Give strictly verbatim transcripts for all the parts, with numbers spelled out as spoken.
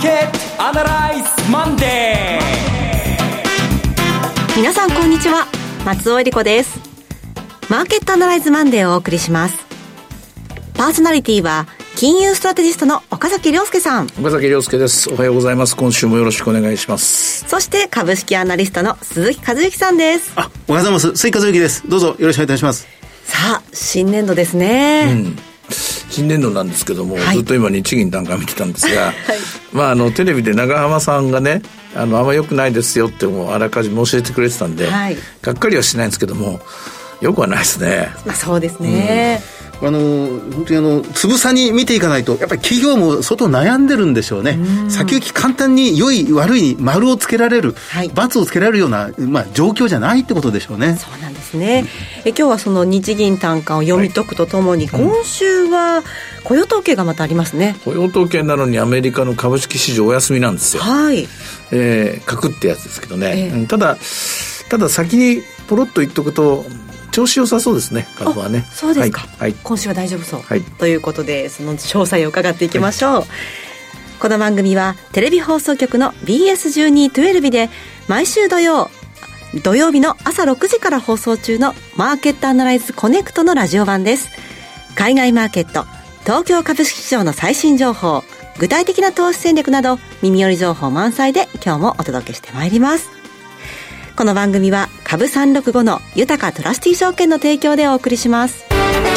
ケットアナライズマンデー。皆さんこんにちは、松尾恵理子です。マーケットアナライズマンデーをお送りします。パーソナリティは金融ストラテジストの岡崎亮介さん。 岡崎亮介です。おはようございます。今週もよろしくお願いします。 そして株式アナリストの鈴木和之さんです。 あ、おはようございます。鈴木和之です。どうぞよろしくお願いいたします。 さあ、新年度ですね。 うん、新年度なんですけども、はい、ずっと今日銀短観見てたんですが、はい、まああのテレビで長浜さんがね、あのあんま良くないですよってもうあらかじめ教えてくれてたんで、はい、がっかりはしないんですけども、よくはないですね。 まあ、そうですね。 うん、あの本当にあのつぶさに見ていかないとやっぱり企業も相当悩んでるんでしょうね。う先行き簡単に良い悪いに丸をつけられる、はい、×をつけられるような、まあ、状況じゃないってことでしょうね。 そうなんですね。うん、え今日はその日銀短観を読み解くとともに、はい、今週は雇用統計がまたありますね。 雇用統計なのにアメリカの株式市場お休みなんですよ。はい、えー、書くってやつですけどね、えー、ただただ先にポロッと言っとくと調子良さそうですね、株はね。 そうですか、はいはい、今週は大丈夫そう、はい、ということでその詳細を伺っていきましょう。はい、この番組はテレビ放送局の ビーエスじゅうにじゅうに で毎週土曜土曜日の朝ろくじから放送中のマーケットアナライズコネクトのラジオ版です。海外マーケット、東京株式市場の最新情報、具体的な投資戦略など耳寄り情報満載で今日もお届けしてまいります。この番組は株さんろくごの豊かトラスティ証券の提供でお送りします。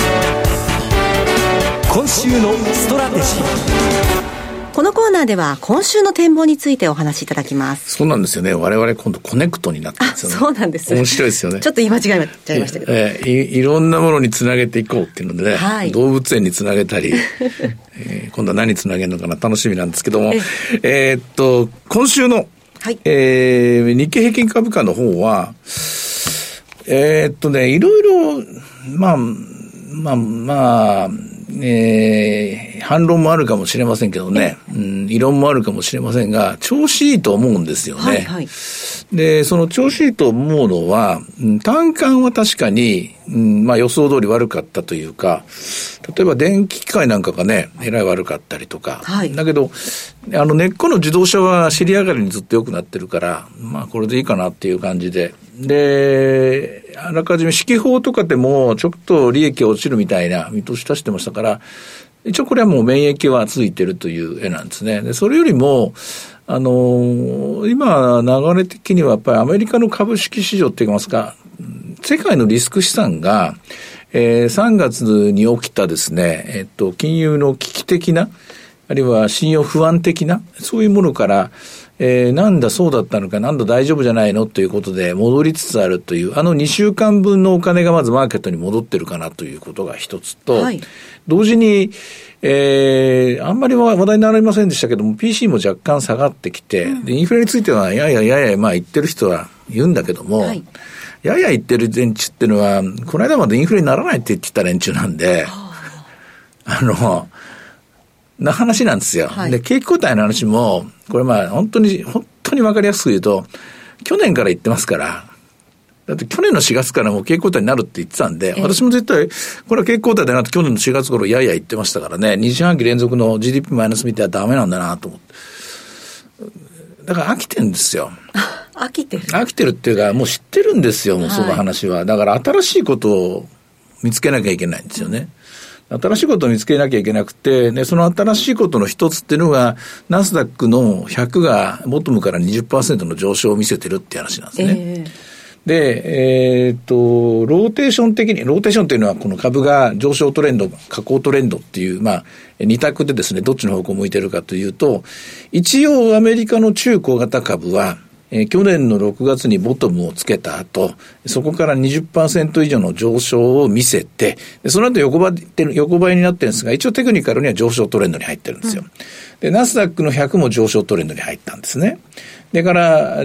今週のストラテジー。 このコーナーでは今週の展望についてお話しいただきます。 そうなんですよね。我々今度コネクトになってますよね。 あ、そうなんです。 面白いですよね。 ちょっと言い間違えちゃいましたけど、 えー、い, いろんなものにつなげていこうっていうのでね、はい、動物園につなげたり、えー、今度は何つなげるのかな楽しみなんですけども、え, えー、っと今週のはい、えー、日経平均株価の方は、えー、っとね、いろいろ、まあ、まあ、まあ、えー、反論もあるかもしれませんけどね、うん、異論もあるかもしれませんが、調子いいと思うんですよね。はいはい、で、その調子いいと思うのは、単価は確かに、うん、まあ予想通り悪かったというか、例えば電気機械なんかがね、えらい悪かったりとか、はい、だけど、あの根っこの自動車は尻上がりにずっと良くなってるから、まあこれでいいかなっていう感じで、で、あらかじめ指揮法とかでもちょっと利益が落ちるみたいな見通し出してましたから、一応これはもう免疫はついてるという絵なんですね。で、それよりも、あのー、今流れ的にはやっぱりアメリカの株式市場って言いますか、世界のリスク資産が、えー、さんがつに起きたですね、えっと、金融の危機的な、あるいは信用不安的な、そういうものから、えー、なんだそうだったのか、なんだ大丈夫じゃないのということで戻りつつあるという、あのにしゅうかんぶんのお金がまずマーケットに戻ってるかなということが一つと、はい、同時に、えー、あんまり話題になりませんでしたけども、ピーシー も若干下がってきて、うん、でインフレについてはややややまあ言ってる人は言うんだけども、はい、やや言ってる連中っていうのは、この間までインフレにならないって言ってた連中なんで、あの、な話なんですよ。はい、で、景気後退の話も、これまあ本当に、本当にわかりやすく言うと、去年から言ってますから、だって去年のしがつからもう景気後退になるって言ってたんで、私も絶対、これは景気後退だなって去年のしがつ頃やや言ってましたからね、に四半期連続の ジーディーピー マイナス見てはダメなんだなと思って。だから飽きてるんですよ。 飽きてる飽きてるっていうか、もう知ってるんですよ、もうその話は。はい、だから新しいことを見つけなきゃいけないんですよね。うん、新しいことを見つけなきゃいけなくて、で、その新しいことの一つっていうのが、ナスダックのひゃくがボトムから にじゅっパーセント の上昇を見せてるっていう話なんですね。えーで、えー、っと、ローテーション的に、ローテーションっていうのはこの株が上昇トレンド、下降トレンドっていう、まあ、二択でですね、どっちの方向を向いてるかというと、一応アメリカの中小型株は、えー、去年のろくがつにボトムをつけた後、そこから にじゅっパーセント 以上の上昇を見せて、でその後横ばい、横ばいになってるんですが、一応テクニカルには上昇トレンドに入ってるんですよ。うん、で、ナスダックのひゃくも上昇トレンドに入ったんですね。だから、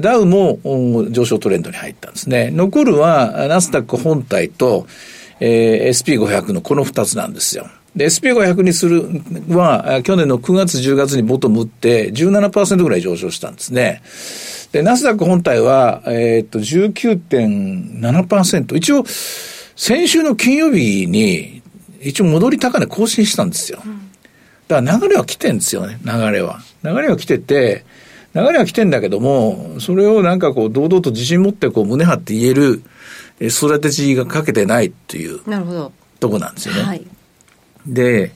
ダウも上昇トレンドに入ったんですね。残るは、ナスダック本体と、えー、エスピーごひゃく のこの二つなんですよ。で、エスピーごひゃく にするは、去年のくがつ、じゅうがつにボトム打って、じゅうななパーセント ぐらい上昇したんですね。で、ナスダック本体は、えー、っと、じゅうきゅうてんななパーセント。一応、先週の金曜日に、一応戻り高値更新したんですよ。だから流れは来てるんですよね、流れは。 流れは来てて、流れは来てんだけども、それをなんかこう堂々と自信持ってこう胸張って言えるストラテジーがかけてないっていうとこなんですよね。はい、で、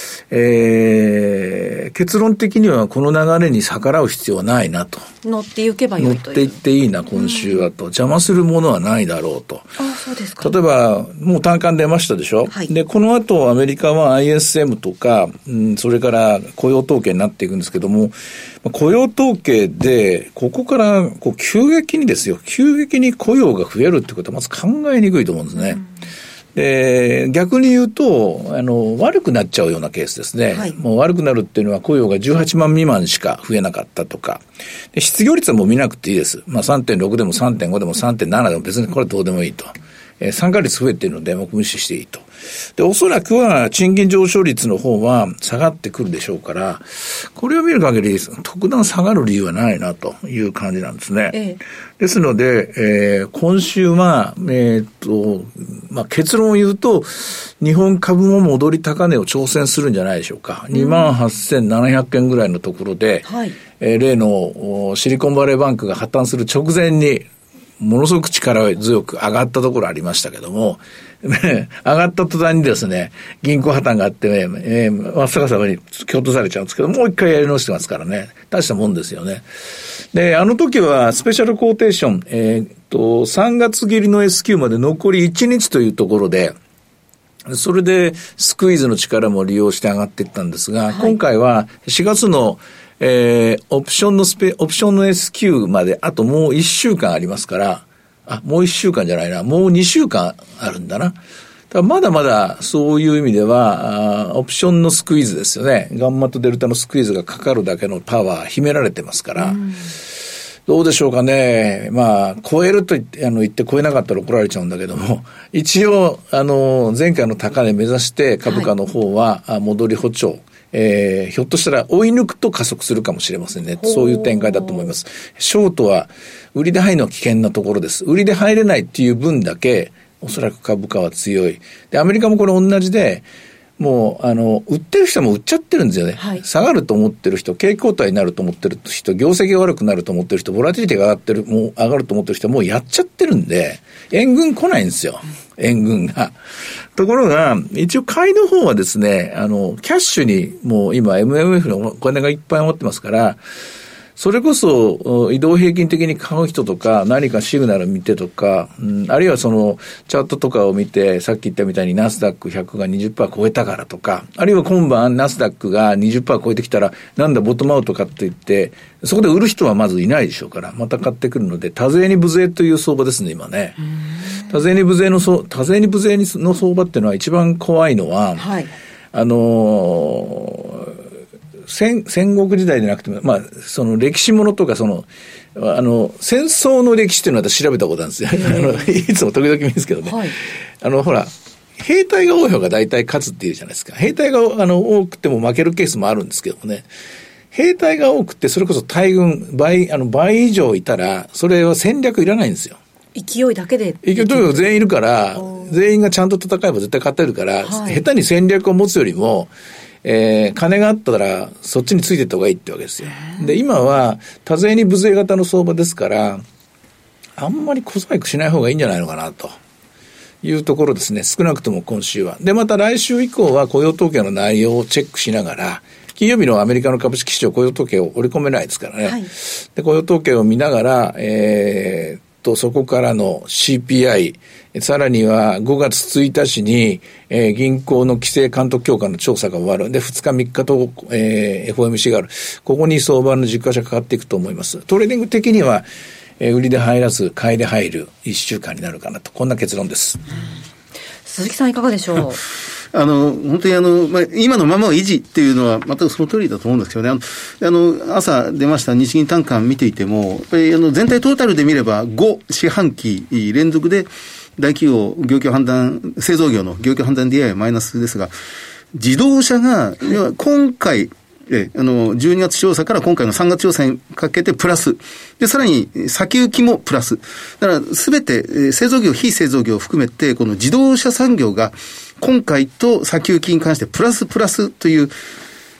えー、結論的にはこの流れに逆らう必要はないなと。 乗っていけばよいという。 乗っていっていいな今週はと、うん、邪魔するものはないだろうと。 あ、そうですか。 例えばもう単価出ましたでしょ、はい、でこの後アメリカは アイエスエム とか、うん、それから雇用統計になっていくんですけども、雇用統計でここからこう急激にですよ急激に雇用が増えるってことはまず考えにくいと思うんですね。うん、で逆に言うとあの悪くなっちゃうようなケースですね、はい、もう悪くなるっていうのは雇用がじゅうはちまん未満しか増えなかったとかで失業率はもう見なくていいです、まあ、さんてんろく でも さんてんご でも さんてんなな でも別にこれはどうでもいいと、えー、参加率増えているのでもう無視していいと。でおそらくは賃金上昇率の方は下がってくるでしょうからこれを見る限り特段下がる理由はないなという感じなんですね、ええ、ですので、えー、今週は、えーっとまあ、結論を言うと日本株も戻り高値を挑戦するんじゃないでしょうか、うん、にまんはっせんななひゃくえんぐらいのところで、はいえー、例のシリコンバレーバンクが破綻する直前にものすごく力強く上がったところありましたけども、ね、上がった途端にですね、銀行破綻があって、ね、えー、真っ逆さまに蹴落とされちゃうんですけど、もう一回やり直してますからね。大したもんですよね。で、あの時はスペシャルコーテーション、えー、っと、さんがつ切りの エスキュー まで残りいちにちというところで、それでスクイーズの力も利用して上がっていったんですが、はい、今回はしがつのえー、オプションのスペ、オプションの エスキュー まであともういっしゅうかんありますから、あ、もういっしゅうかんじゃないな、もうにしゅうかんあるんだな。だからまだまだそういう意味では、あオプションのスクイーズですよね。ガンマとデルタのスクイーズがかかるだけのパワー秘められてますから、うん、どうでしょうかね。まあ、超えると言って、あの、言って超えなかったら怒られちゃうんだけども、一応、あの、前回の高値目指して株価の方は、はい、戻り歩調、えー、ひょっとしたら追い抜くと加速するかもしれませんね。そういう展開だと思います。ショートは売りで入るのは危険なところです。売りで入れないっていう分だけおそらく株価は強い。で、アメリカもこれ同じで、もうあの売ってる人も売っちゃってるんですよね、はい、下がると思ってる人、景気後退になると思ってる人、業績が悪くなると思ってる人、ボラティリティが上がってる、もう上がると思ってる人はもうやっちゃってるんで、円軍来ないんですよ、円軍が。ところが一応買いの方はですね、あのキャッシュにもう今 エムエムエフ のお金がいっぱい持ってますから、それこそ移動平均的に買う人とか何かシグナル見てとか、うん、あるいはそのチャートとかを見てさっき言ったみたいにナスダックひゃくが にじゅっパーセント 超えたからとか、あるいは今晩ナスダックが にじゅっパーセント 超えてきたらなんだボトムアウトかって言ってそこで売る人はまずいないでしょうからまた買ってくるので、多税に無税という相場ですね今ね。多税に無税の多税に無税の相場っていうのは一番怖いのは、はい、あのー戦, 戦国時代でなくても、まあ、その歴史ものとかそのあの戦争の歴史っていうのは私調べたことなんですよ、えー、あのいつも時々見るんですけどね、はい、あのほら兵隊が多い方が大体勝つっていうじゃないですか。兵隊があの多くても負けるケースもあるんですけどもね、兵隊が多くてそれこそ大軍倍あの倍以上いたらそれは戦略いらないんですよ。 勢いだけで勢いとにかく全員いるから全員がちゃんと戦えば絶対勝てるから、はい、下手に戦略を持つよりもえー、金があったらそっちについていった方がいいってわけですよ。で今は多税に無税型の相場ですからあんまり小細工しない方がいいんじゃないのかなというところですね、少なくとも今週は。でまた来週以降は雇用統計の内容をチェックしながら、金曜日のアメリカの株式市場雇用統計を織り込めないですからね、はい、で雇用統計を見ながら、えーとそこからの シーピーアイ、 さらにはごがつついたちに、えー、銀行の規制監督強化の調査が終わる。でふつかみっかと、えー、エフオーエムシー がある。ここに相場の軸足がかかっていくと思います。トレーディング的には、えー、売りで入らず買いで入るいっしゅうかんになるかなと、こんな結論です。 鈴木さんいかがでしょう。 あの、本当にあの、まあ、今のままを維持っていうのは全くその通りだと思うんですけどね。あの、あの朝出ました日銀短観見ていても、やっぱりあの全体トータルで見ればご四半期連続で大企業業況判断、製造業の業況判断 ディーアイ はマイナスですが、自動車が、今回、えあのじゅうにがつ調査から今回のさんがつ調査にかけてプラスで、さらに先行きもプラスだから、すべて製造業非製造業を含めてこの自動車産業が今回と先行きに関してプラスプラスという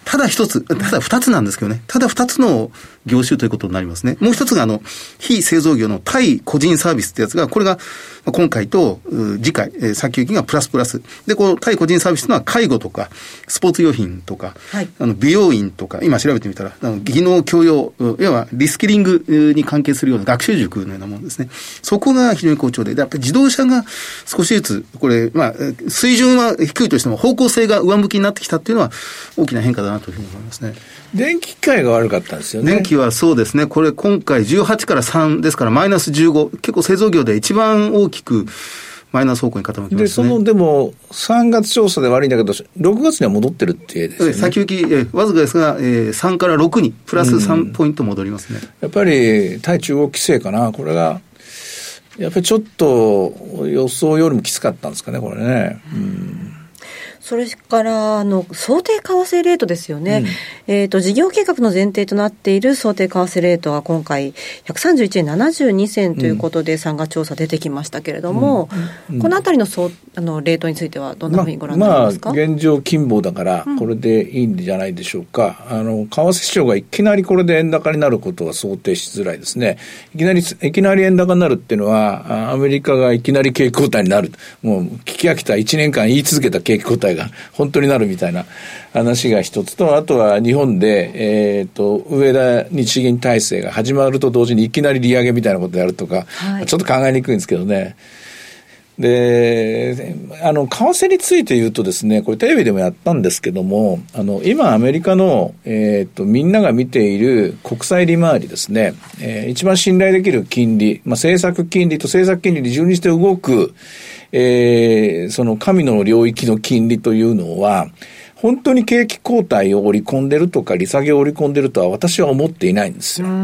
ただ一つ、ただ二つなんですけどね、ただ二つの業種ということになりますね。もう一つがあの、非製造業の対個人サービスってやつが、これが今回と次回、えー、先行きがプラスプラス。で、この対個人サービスというのは介護とか、スポーツ用品とか、はい、あの美容院とか、今調べてみたら、あの技能教養、いわばリスキリングに関係するような学習塾のようなものですね。そこが非常に好調で、やっぱり自動車が少しずつ、これ、まあ、水準は低いとしても方向性が上向きになってきたっていうのは大きな変化だなというふうに思いますね。 電気機械が悪かったんですよね。 電気はそうですね。これ今回じゅうはちからさんですからマイナスじゅうご。結構製造業で一番大きくマイナス方向に傾きますね。 で、その、でも、さんがつ調査で悪いんだけど、ろくがつには戻ってるってですよね。 先行き、えわずかですが、えー、さんからろくに、プラスさんポイント戻りますね。うん、 やっぱり、対中国規制かな。これが、やっぱりちょっと予想よりもきつかったんですかね、これね。うん、 それからあの想定為替レートですよね、うんえーと、事業計画の前提となっている想定為替レートは今回ひゃくさんじゅういちえんななじゅうにせんということでさんがつ調査出てきましたけれども、うんうん、このあたりの、そうあのレートについてはどんなふうにご覧になりますか。 まあ、まあ、現状金棒だからこれでいいんじゃないでしょうか、うん、あの為替市場がいきなりこれで円高になることは想定しづらいですね。いきなりいきなり円高になるっていうのはアメリカがいきなり景気後退になる、もう聞き飽きたいちねんかん言い続けた景気後退が本当になるみたいな話が一つと、あとは日本で、えっと、上田日銀体制が始まると同時にいきなり利上げみたいなことをやるとか、はい、ちょっと考えにくいんですけどね。で、あの、為替について言うとですね、これテレビでもやったんですけども、あの、今アメリカの、えっと、みんなが見ている国債利回りですね、えー、一番信頼できる金利、まあ、政策金利と政策金利に順にして動く、えー、その神の領域の金利というのは、本当に景気後退を織り込んでるとか利下げを織り込んでるとは私は思っていないんですよ。うん、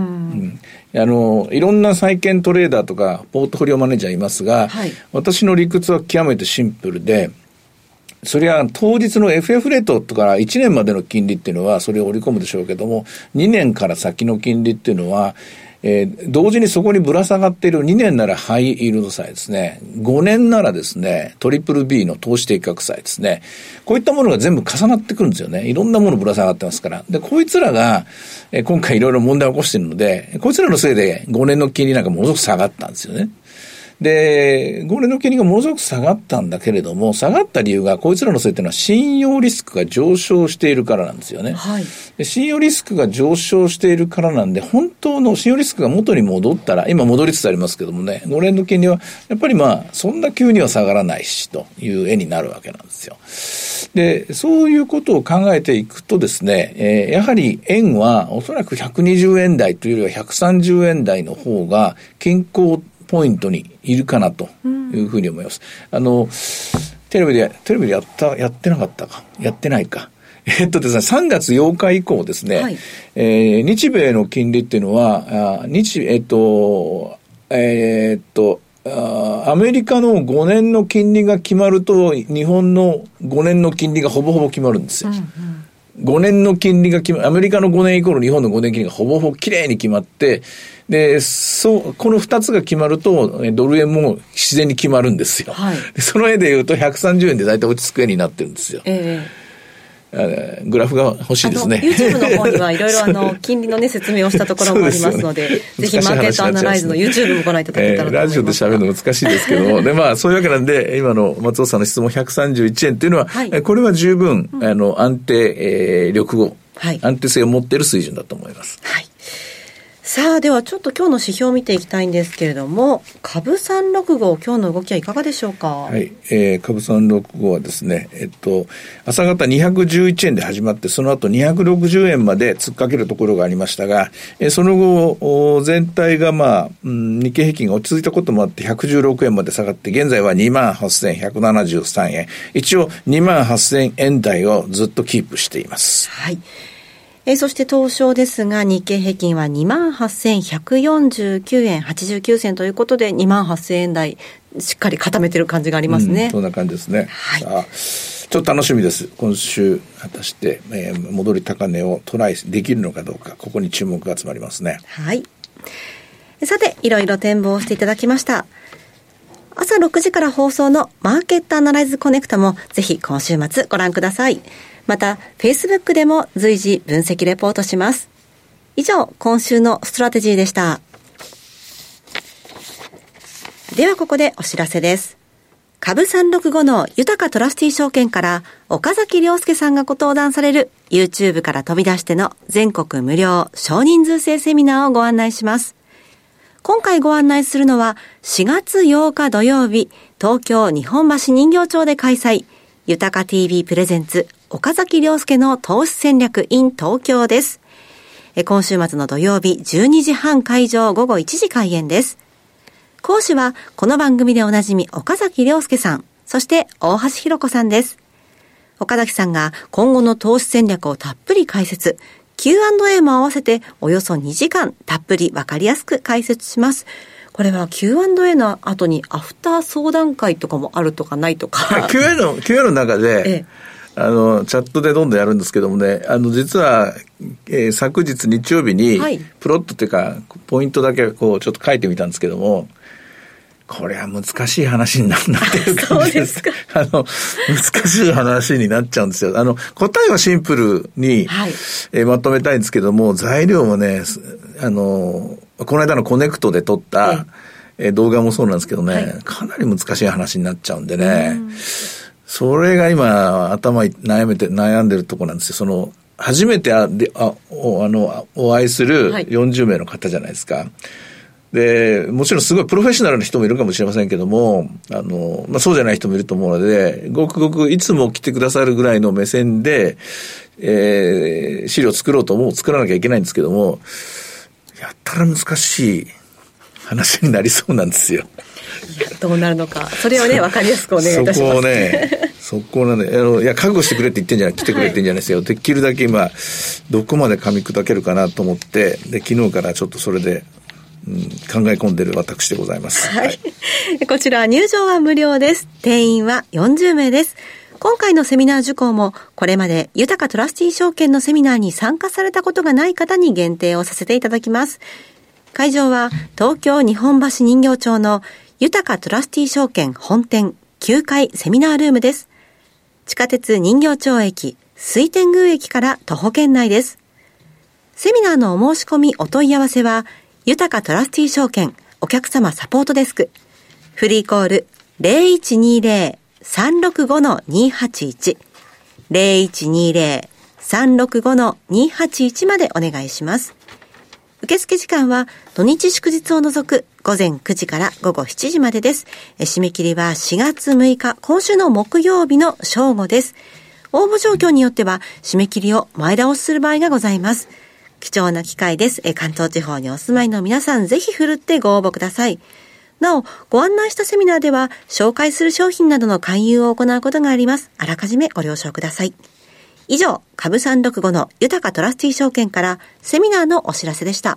あのいろんな債券トレーダーとかポートフォリオマネージャーいますが、はい、私の理屈は極めてシンプルで、それは当日の エフエフ レートとかいちねんまでの金利っていうのはそれを織り込むでしょうけども、にねんから先の金利っていうのはえー、同時にそこにぶら下がっているにねんならハイイールド債ですね。ごねんならですね、トリプル B の投資定額債ですね。こういったものが全部重なってくるんですよね。いろんなものぶら下がってますから。で、こいつらが、えー、今回いろいろ問題を起こしているので、こいつらのせいでごねんの金利なんかものすごく下がったんですよね。で、ごねんの金利がものすごく下がったんだけれども、下がった理由がこいつらのせいというのは信用リスクが上昇しているからなんですよね。はい、で信用リスクが上昇しているからなんで、本当の信用リスクが元に戻ったら、今戻りつつありますけどもね、ごねんの金利はやっぱりまあ、そんな急には下がらないし、という絵になるわけなんですよ。で、そういうことを考えていくとですね、えー、やはり円はおそらくひゃくにじゅうえん台というよりはひゃくさんじゅうえん台の方が均衡ポイントにいるかなというふうに思います。うん、あの、テレビで、テレビでやった、やってなかったか、やってないか。えっとですね、さんがつようか以降ですね、はい、えー、日米の金利っていうのは、あ日、えっと、えー、っと、アメリカのごねんの金利が決まると、日本のごねんの金利がほぼほぼ決まるんですよ。うんうん、ごねんの金利が決ま、アメリカのごねんイコール日本のごねん金利がほぼほぼきれいに決まって、で、そう、この二つが決まると、ドル円も自然に決まるんですよ。はい、その絵で言うとひゃくさんじゅうえんで大体落ち着く絵になってるんですよ。えー、グラフが欲しいですね。 YouTube の方にはいろいろあの、金利のね、説明をしたところもありますので、でね、ぜひマーケットアナライズの YouTube もご覧いただけたらと思います。えー、ラジオで喋るの難しいですけども、で、まあ、そういうわけなんで、今の松尾さんの質問ひゃくさんじゅういちえんっていうのは、はい、これは十分、あの、安定、えー、力を、はい、安定性を持っている水準だと思います。はい。 さあ、ではちょっと今日の指標を見ていきたいんですけれども、株さんろくご、今日の動きはいかがでしょうか。 はい、えー、株さんろくごはですね、えっと、朝方にひゃくじゅういちえんで始まって、その後にひゃくろくじゅうえんまで突っかけるところがありましたが、えー、その後、全体がまあ、うん、日経平均が落ち着いたこともあってひゃくじゅうろくえんまで下がって、現在は にまんはっせんひゃくななじゅうさんえん。一応にまんはっせんえん台をずっとキープしています。 はい。えー、そして東証ですが、日経平均は にまんはっせんひゃくよんじゅうきゅうえんはちじゅうきゅうせんということで、にまんはっせんえん台しっかり固めてる感じがありますね。 うん、そんな感じですね。はい。さあ、ちょっと楽しみです。今週果たして、えー、戻り高値をトライできるのかどうか、ここに注目が集まりますね。 はい。さて、いろいろ展望していただきました。 朝ろくじから放送のマーケットアナライズコネクトもぜひ今週末ご覧ください。また Facebook でも随時分析レポートします。以上、今週のストラテジーでした。ではここでお知らせです。株さんろくごの豊かトラスティ証券から岡崎亮介さんがご登壇される YouTube から飛び出しての全国無料少人数制セミナーをご案内します。今回ご案内するのはしがつようか土曜日、東京日本橋人形町で開催、豊か ティービー プレゼンツ岡崎亮介の投資戦略 in 東京です。今週末の土曜日じゅうにじはん会場、午後いちじ開演です。講師はこの番組でおなじみ岡崎亮介さん、そして大橋ひろ子さんです。岡崎さんが今後の投資戦略をたっぷり解説、キューアンドエー も合わせておよそにじかんたっぷりわかりやすく解説します。これは キューアンドエー の後にアフター相談会とかもあるとかないとか。 キューアンドエー の、キューアンドエー の中で、ええ、あの、チャットでどんどんやるんですけどもね、あの、実は、えー、昨日日曜日に、プロットというか、ポイントだけこう、ちょっと書いてみたんですけども、これは難しい話になってる感じです。そうですか。あの、難しい話になっちゃうんですよ。あの、答えはシンプルに、はい、えー、まとめたいんですけども、材料もね、あの、この間のコネクトで撮った、はい、えー、動画もそうなんですけどね、はい、かなり難しい話になっちゃうんでね、うん、それが今、頭悩めて、悩んでるところなんですよ。その、初めてあ、で、あ、お、あの、お会いするよんじゅうめいの方じゃないですか。はい、で、もちろんすごいプロフェッショナルな人もいるかもしれませんけども、あの、まあ、そうじゃない人もいると思うので、ごくごくいつも来てくださるぐらいの目線で、えー、資料を作ろうともう作らなきゃいけないんですけども、やったら難しい話になりそうなんですよ。 いや、どうなるのか。それをね、わかりやすくお願いいたします。 そこをね、そこをね、あの、いや、覚悟してくれって言ってんじゃない、来てくれって言ってんじゃないですよ。はい、できるだけ今、どこまで噛み砕けるかなと思って、で、昨日からちょっとそれで、うん、考え込んでる私でございます。 はい。はい、こちら入場は無料です。定員はよんじゅうめいです。今回のセミナー受講も、これまで豊かトラスティ証券のセミナーに参加されたことがない方に限定をさせていただきます。会場は東京日本橋人形町の豊かトラスティ証券本店きゅうかいセミナールームです。地下鉄人形町駅、水天宮駅から徒歩圏内です。セミナーのお申し込みお問い合わせは、豊かトラスティ証券お客様サポートデスク、フリーコール ゼロいちにゼロ さんろくご にはちいち ゼロいちにゼロ さんろくご にはちいち までお願いします。受付時間は土日祝日を除くごぜんくじからごごしちじまでです。締め切りはしがつむいか、今週の木曜日の正午です。応募状況によっては締め切りを前倒しする場合がございます。貴重な機会です。関東地方にお住まいの皆さん、ぜひふるってご応募ください。なお、ご案内したセミナーでは紹介する商品などの勧誘を行うことがあります。あらかじめご了承ください。以上、株さんろくごの豊かトラスティ証券からセミナーのお知らせでした。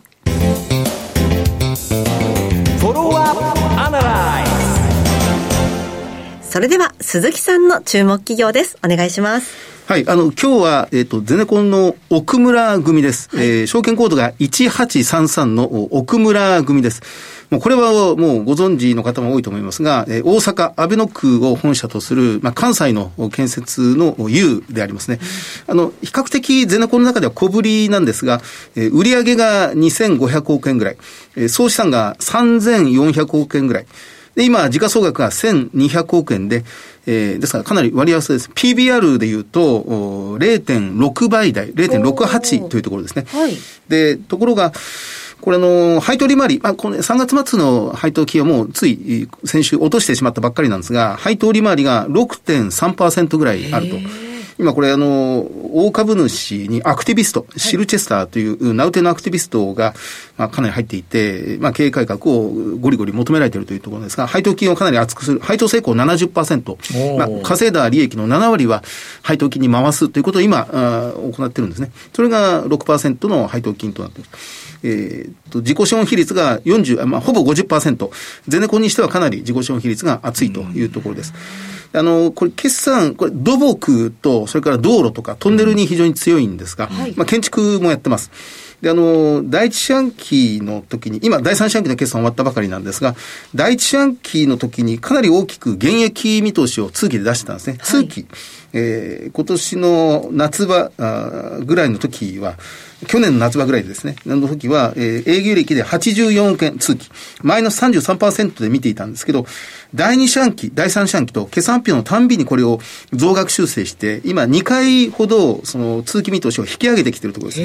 それでは鈴木さんの注目企業です。お願いします。 はい、あの今日は、えー、とゼネコンの奥村組です、はい、えー、証券コードがいちはちさんさんの奥村組です。もうこれはもうご存知の方も多いと思いますが、えー、大阪阿倍野区を本社とする、まあ、関西の建設の U でありますね。あの比較的ゼネコンの中では小ぶりなんですが、えー、売上がにせんごひゃくおくえんぐらい、えー、総資産がさんぜんよんひゃくおくえんぐらいで、今時価総額がせんにひゃくおくえんで、えー、ですからかなり割安です。 ピービーアール でいうと ゼロてんろくばい台 ゼロてんろくはち というところですね。はい、でところがこれあの配当利回り、まあ、このさんがつ末の配当金はもうつい先週落としてしまったばっかりなんですが、配当利回りが ろくてんさんパーセント ぐらいあると。今これあの大株主にアクティビスト、シルチェスターという名うてのアクティビストがまあかなり入っていて、まあ経営改革をゴリゴリ求められているというところですが、配当金をかなり厚くする、配当成功 ななじゅっパーセント、まあ稼いだ利益のななわりは配当金に回すということを今行っているんですね。それが ろくパーセント の配当金となっている。えー、と自己資本比率がよんじゅう、まあほぼ ごじゅっパーセント、ゼネコンにしてはかなり自己資本比率が厚いというところです。あの、これ決算、これ土木と、それから道路とかトンネルに非常に強いんですが、うん、まあ建築もやってます。 で、あの、第一四半期の時に、今、第三四半期の決算終わったばかりなんですが、第一四半期の時にかなり大きく減益見通しを通期で出してたんですね。通期。はい、えー、今年の夏場ぐらいの時は、去年の夏場ぐらいですね、の時は、えー、営業利益ではちじゅうよんおくえん通期、マイナス さんじゅうさんパーセント で見ていたんですけど、第二四半期、第三四半期と決算発表のたんびにこれを増額修正して、今にかいほどその通期見通しを引き上げてきているところです。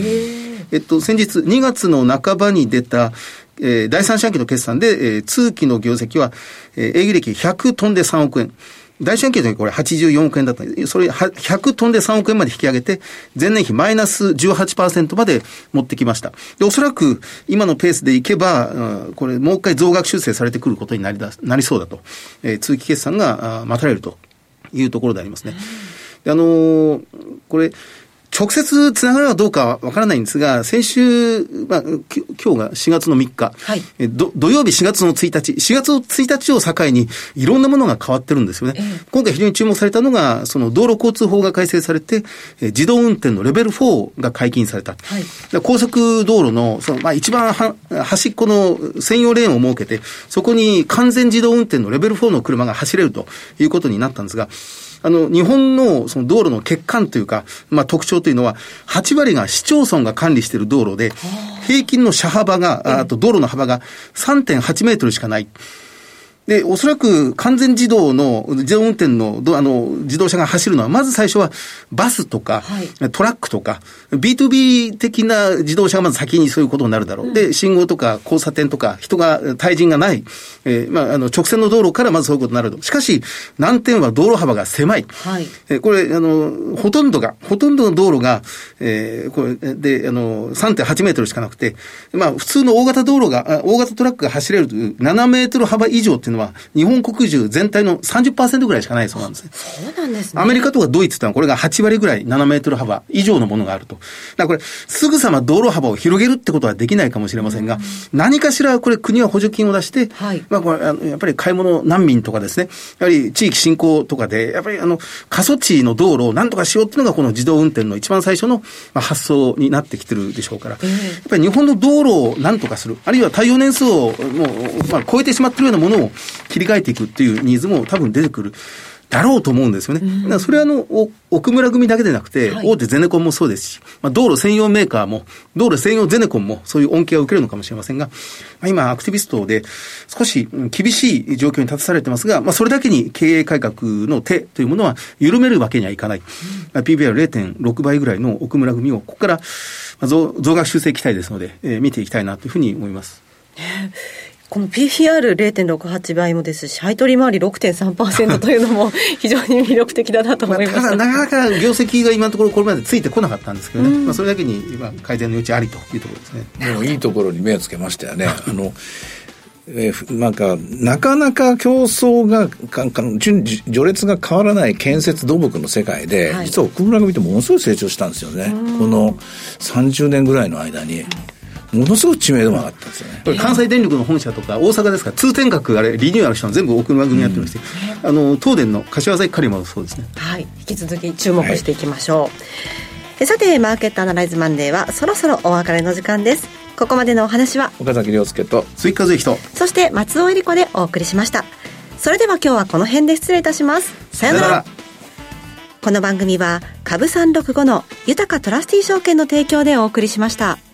えっと、先日にがつの半ばに出た、えー、第三四半期の決算で、えー、通期の業績は、えー、営業利益ひゃく飛んでさんおくえん。第四半期の時これはちじゅうよんおくえんだったんで、それひゃく飛んでさんおくえんまで引き上げて、前年比マイナス じゅうはちパーセント まで持ってきました。で、おそらく今のペースでいけば、うん、これもう一回増額修正されてくることになりだ、なりそうだと。えー、通期決算が待たれるというところでありますね。で、あのー、これ、直接つながるかどうかはわからないんですが、先週、まあ、今日がしがつのみっか、はい、ど土曜日しがつのついたち、しがつのついたちを境にいろんなものが変わってるんですよね。えー、今回非常に注目されたのが、その道路交通法が改正されて、え自動運転のレベルフォーが解禁された。はい、高速道路の、そのまあ、一番は端っこの専用レーンを設けて、そこに完全自動運転のレベルフォーの車が走れるということになったんですが、あの、日本のその道路の欠陥というか、まあ特徴というのは、はち割が市町村が管理している道路で、平均の車幅が、あと道路の幅が さんてんはちメートルしかない。で、おそらく完全自動の、自動運転の、あの、自動車が走るのは、まず最初はバスとか、はい、トラックとか、ビーツービー 的な自動車がまず先にそういうことになるだろう。うん、で、信号とか交差点とか、人が、対人がない、えー、まあ、あの、直線の道路からまずそういうことになると。しかし、難点は道路幅が狭い。はい。えー、これ、あの、ほとんどが、ほとんどの道路が、えー、これ、で、あの、さんてんはちメートルしかなくて、まあ、普通の大型道路が、大型トラックが走れるというななメートル幅以上っていうのは日本国中全体の さんじゅっパーセント ぐらいしかないそうなんですね。 そうなんですね。 アメリカとかドイツってのはこれがはち割ぐらいななメートル幅以上のものがあると。だからこれすぐさま道路幅を広げるってことはできないかもしれませんが、うん、何かしらこれ国は補助金を出して、はい、まあこれあのやっぱり買い物難民とかですね、やはり地域振興とかでやっぱりあの過疎地の道路を何とかしようっていうのがこの自動運転の一番最初の発想になってきてるでしょうから、えー、やっぱり日本の道路を何とかする、あるいは耐用年数をもう、まあ、超えてしまっているようなものを切り替えていくっていうニーズも多分出てくるだろうと思うんですよね。だからそれはあの奥村組だけでなくて、はい、大手ゼネコンもそうですし、まあ、道路専用メーカーも道路専用ゼネコンもそういう恩恵を受けるのかもしれませんが、まあ、今アクティビストで少し厳しい状況に立たされてますが、まあ、それだけに経営改革の手というものは緩めるわけにはいかない、うん、ピービーアールゼロてんろく 倍ぐらいの奥村組をここから増額修正期待ですので、えー、見ていきたいなというふうに思います。 この ピービーアールゼロてんろくはち 倍もですし、配当利回り ろくてんさんパーセント というのも非常に魅力的だなと思いました。 まあ、ただなかなか業績が今のところこれまでついてこなかったんですけどね、うん、まあ、それだけに今改善の余地ありというところですね。 でもいいところに目をつけましたよね。あのえー、なんかなかなか競争がかか序列が変わらない建設土木の世界で、はい、実は奥村組ってものすごい成長したんですよね。このさんじゅうねんぐらいの間に。ものすごく知名度も上がったんですよね。 これ関西電力の本社とか大阪ですから通天閣あれリニューアルしたの全部奥村組やってまして、うん、あの東電の柏崎刈羽もそうですね。 はい、引き続き注目していきましょう。はい、さてマーケットアナライズマンデーはそろそろお別れの時間です。ここまでのお話は岡崎亮介と鈴木和之とそして松尾恵理子でお送りしました。それでは今日はこの辺で失礼いたします。さようなら。この番組は株さんろくごの豊かトラスティ証券の提供でお送りしました。